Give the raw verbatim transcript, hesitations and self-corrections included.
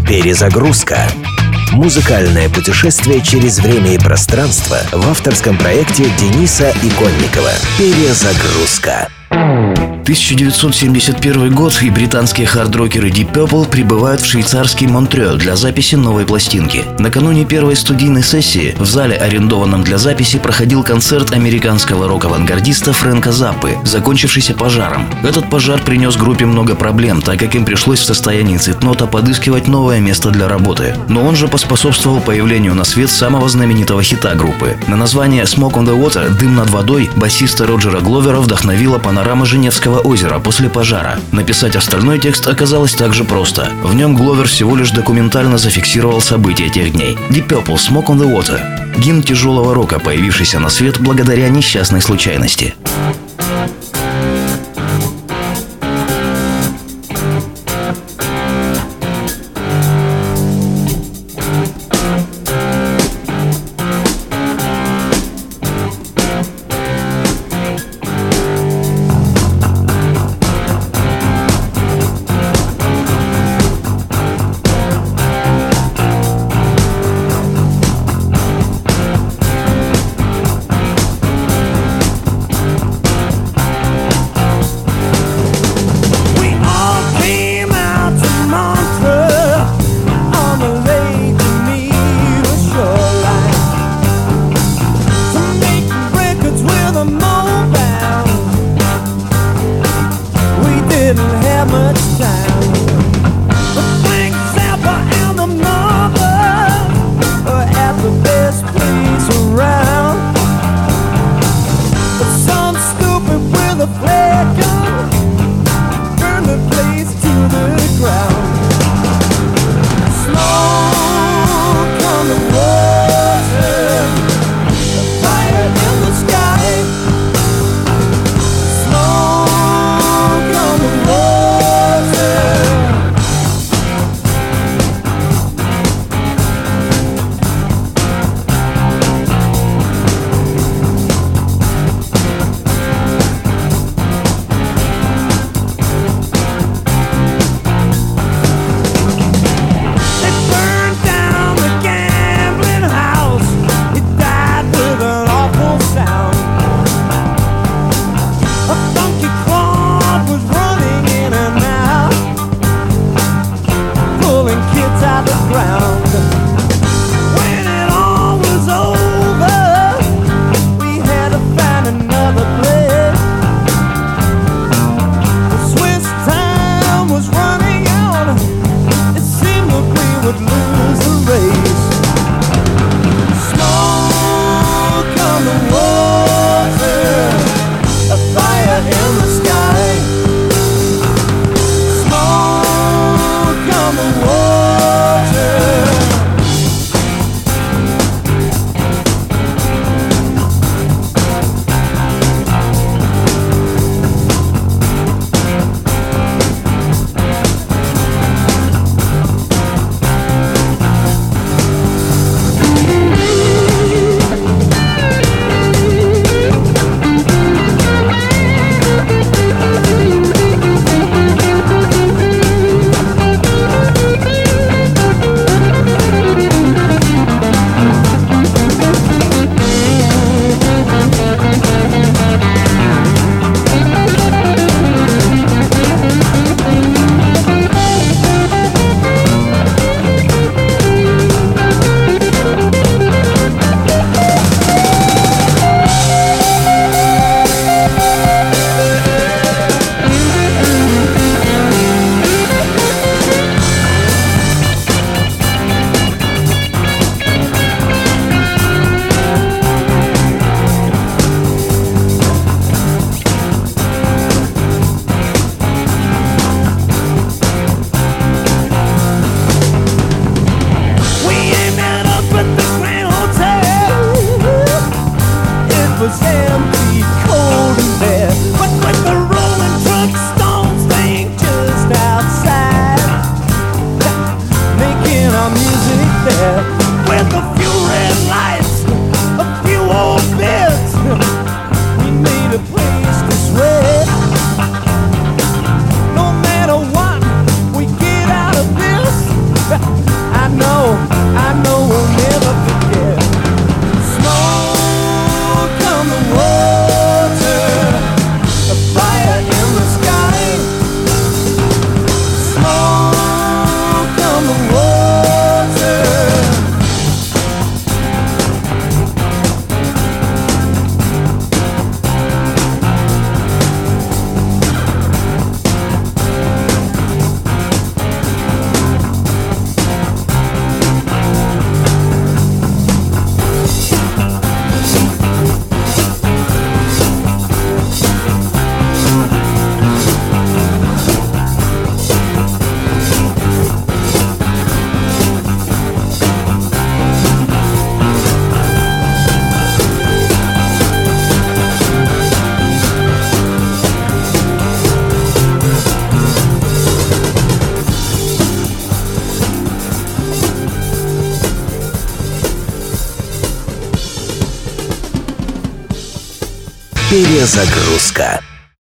Перезагрузка. Музыкальное путешествие через время и пространство в авторском проекте Дениса Иконникова. Перезагрузка. тысяча девятьсот семьдесят первый год, и британские хард-рокеры Deep Purple прибывают в швейцарский Монтрео для записи новой пластинки. Накануне первой студийной сессии в зале, арендованном для записи, проходил концерт американского рок-авангардиста Фрэнка Заппы, закончившийся пожаром. Этот пожар принес группе много проблем, так как им пришлось в состоянии цейтнота подыскивать новое место для работы. Но он же поспособствовал появлению на свет самого знаменитого хита группы. На название «Smoke on the Water» «Дым над водой» басиста Роджера Гловера вдохновила панорама Женевского озера после пожара. Написать остальной текст оказалось также просто. В нем Гловер всего лишь документально зафиксировал события тех дней. Deep Purple «Smoke on the Water» — гимн тяжелого рока, появившийся на свет благодаря несчастной случайности. Перезагрузка.